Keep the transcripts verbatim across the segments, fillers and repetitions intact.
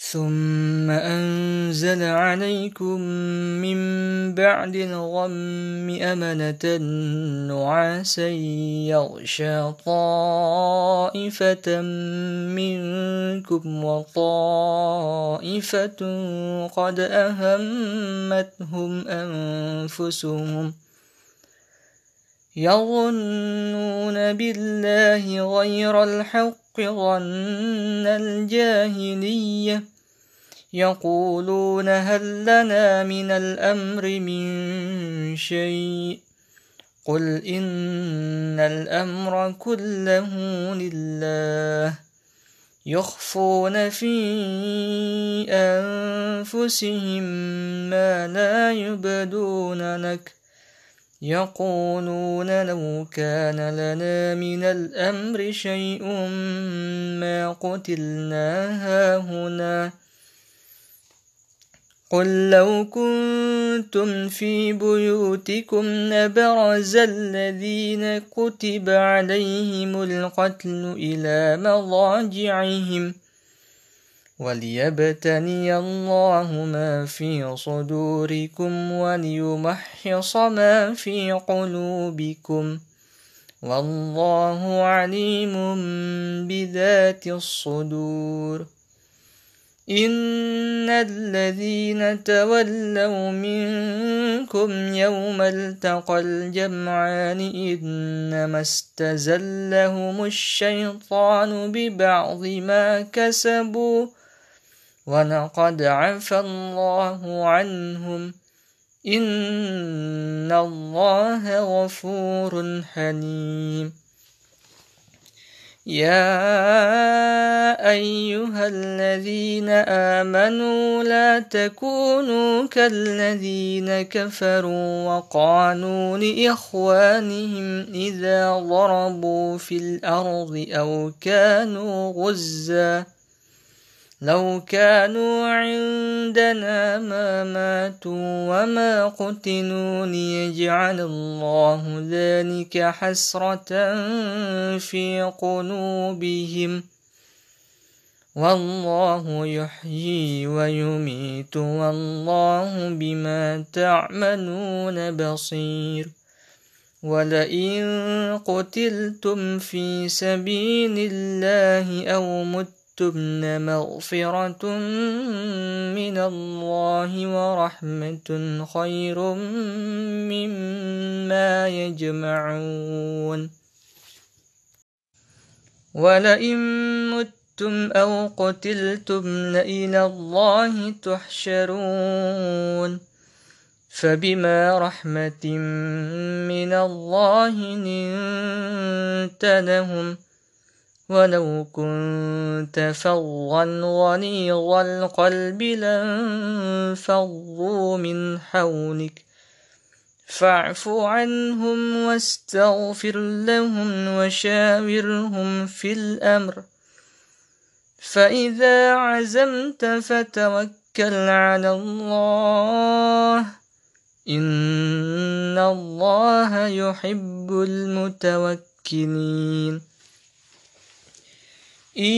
ثم أنزل عليكم من بعد الغم أمنة نعاسا يغشى طائفة منكم وطائفة قد أهمتهم أنفسهم يظنون بالله غير الحق ظن الجاهلية يقولون هل لنا من الأمر من شيء قل إن الأمر كله لله يخفون في أنفسهم ما لا يبدون لك يقولون لو كان لنا من الأمر شيء ما قتلنا هاهنا قل لو كنتم في بيوتكم لبرز الذين كتب عليهم القتل إلى مضاجعهم وليبتلي الله ما في صدوركم وليمحص ما في قلوبكم والله عليم بذات الصدور إن الذين تولوا منكم يوم التقى الجمعان إنما استزلهم الشيطان ببعض ما كسبوا ولقد عفى الله عنهم إن الله غفور حليم يا أيها الذين آمنوا لا تكونوا كالذين كفروا وقالوا لإخوانهم إذا ضربوا في الأرض أو كانوا غزا لو كانوا عندنا ما ماتوا وما قتلوا ليجعل الله ذلك حسرة في قلوبهم والله يحيي ويميت والله بما تعملون بصير ولئن قتلتم في سبيل الله أو متم مغفرة من الله ورحمة خير مما يجمعون ولئن متم أو قتلتم لإلى الله تحشرون فبما رحمة من الله لنت لهم ولو كنت فظا غليظ القلب لانفضوا من حولك فاعف عنهم واستغفر لهم وشاورهم في الأمر فإذا عزمت فتوكل على الله إن الله يحب المتوكلين إن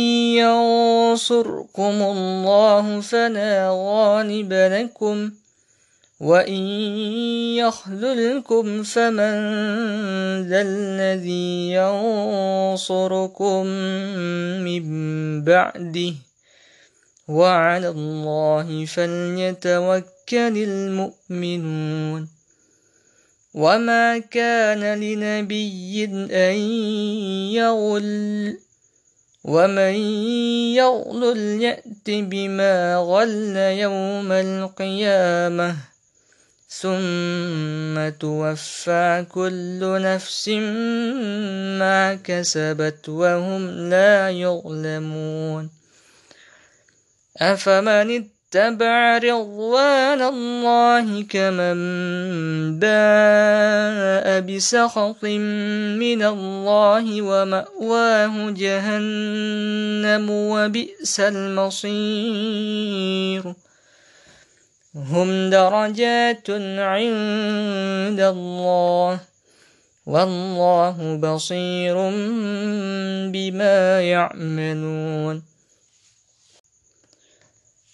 ينصركم الله فلا غالب لكم وإن يخذلكم فمن ذا الذي ينصركم من بعده وعلى الله فليتوكل المؤمنون وما كان لنبي أن يغل ومن يغلل يأت بما غل يوم القيامة ثم توفى كل نفس ما كسبت وهم لا يظلمون أفمن اتبع رضوان الله كمن باء بسخط من الله ومأواه جهنم وبئس المصير هم درجات عند الله والله بصير بما يعملون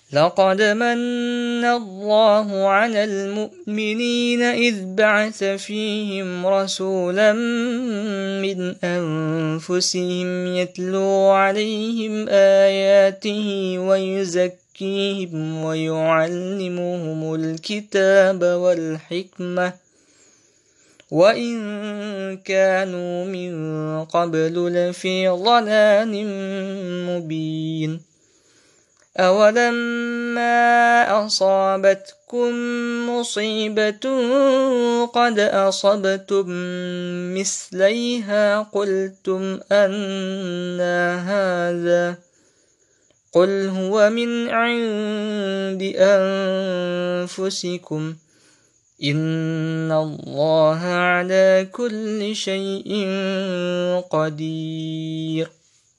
لقد من الله على المؤمنين إذ بعث فيهم رسولا من أنفسهم يتلو عليهم آياته ويزكيهم ويعلمهم الكتاب والحكمة وإن كانوا من قبل لفي ضلال مبين. أولما أصابتكم مصيبة قد أصبتم مثليها قلتم أنى هذا قل هو من عند أنفسكم إن الله على كل شيء قدير.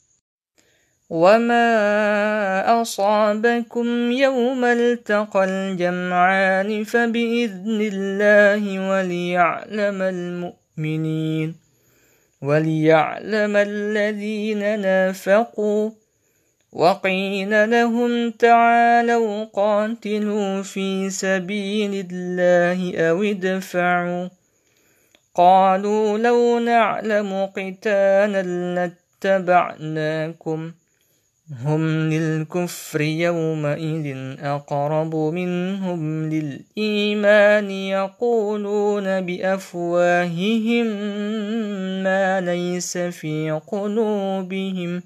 وما أصابكم يوم التقى الجمعان فبإذن الله وليعلم المؤمنين وليعلم الذين نافقوا. وقيل لهم تعالوا قاتلوا في سبيل الله أو ادفعوا قالوا لو نعلم قتالا لاتبعناكم هم للكفر يومئذ أقرب منهم للإيمان يقولون بأفواههم ما ليس في قلوبهم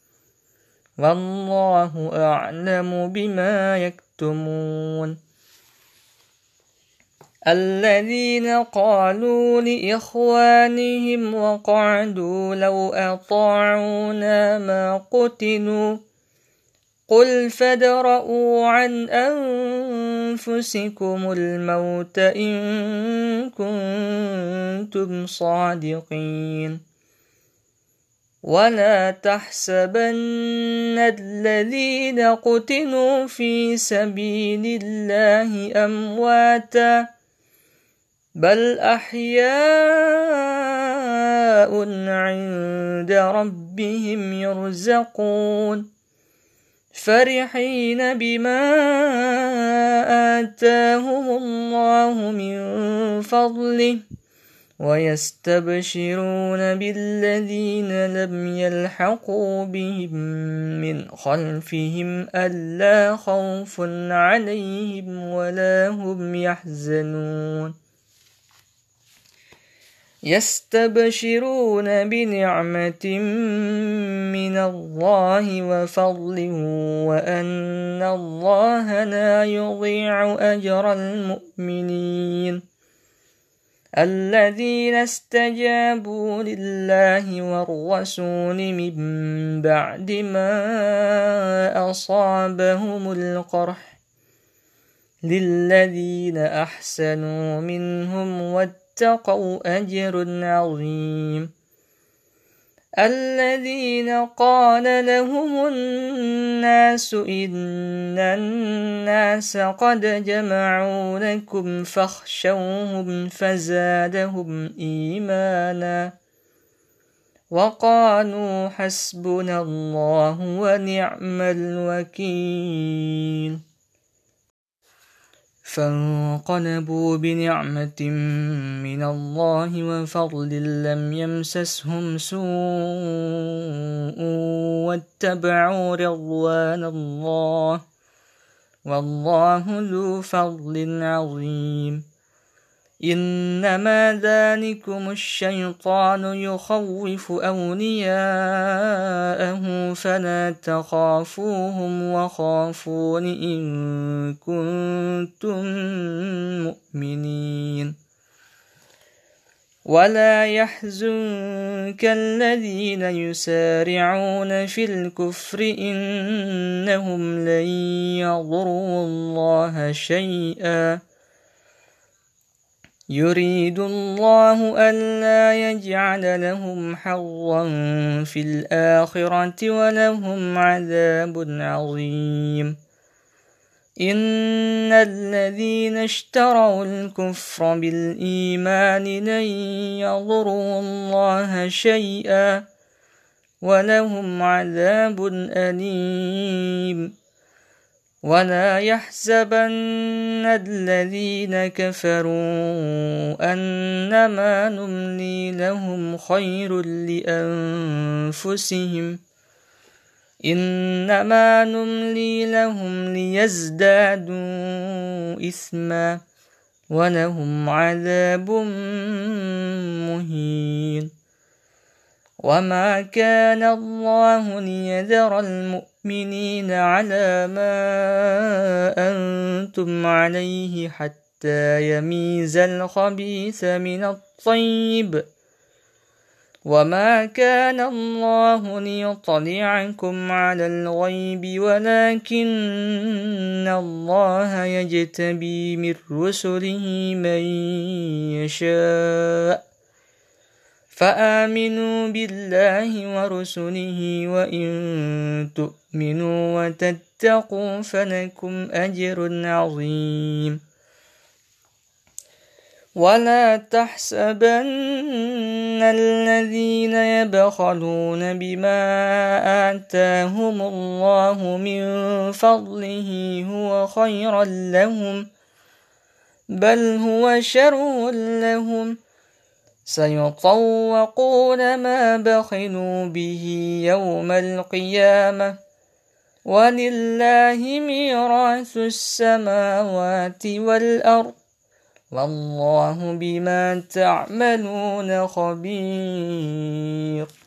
والله أعلم بما يكتمون. الذين قالوا لإخوانهم وقعدوا لو أطاعونا ما قتلوا قل فادرءوا عن أنفسكم الموت إن كنتم صادقين. ولا تحسبن الذين قتلوا في سبيل الله أمواتا بل أحياء عند ربهم يرزقون فرحين بما آتاهم الله من فضله ويستبشرون بالذين لم يلحقوا بهم من خلفهم ألا خوف عليهم ولا هم يحزنون. يستبشرون بنعمة من الله وفضل وأن الله لا يضيع أجر المؤمنين. الذين استجابوا لله والرسول من بعد ما أصابهم القرح للذين أحسنوا منهم واتقوا أجر عظيم. الذين قال لهم الناس إن الناس قد جمعوا لكم فاخشوهم فزادهم إيمانا وقالوا حسبنا الله ونعم الوكيل. فانقلبوا بنعمة من الله وفضل لم يمسسهم سوء واتبعوا رضوان الله والله ذو فضل عظيم. إنما ذلكم الشيطان يخوف أولياءه فلا تخافوهم وخافون إن كنتم مؤمنين. ولا يحزنك الذين يسارعون في الكفر إنهم لن يضروا الله شيئا يريد الله ألا يجعل لهم حظا في الآخرة ولهم عذاب عظيم. إن الذين اشتروا الكفر بالإيمان لن يضروا الله شيئا ولهم عذاب أليم. ولا يحسبن الذين كفروا أنما نملي لهم خير لأنفسهم إنما نملي لهم ليزدادوا إثما ولهم عذاب مهين. وما كان الله ليذر المؤمنين على ما أنتم عليه حتى يميز الخبيث من الطيب وما كان الله ليطلعكم على الغيب ولكن الله يجتبي من رسله من يشاء فآمنوا بالله ورسله وإن تؤمنوا وتتقوا فلكم أجر عظيم. ولا تحسبن الذين يبخلون بما آتاهم الله من فضله هو خيرا لهم بل هو شر لهم سيطوقون ما بخلوا به يوم القيامة ولله ميراث السماوات والأرض والله بما تعملون خبير.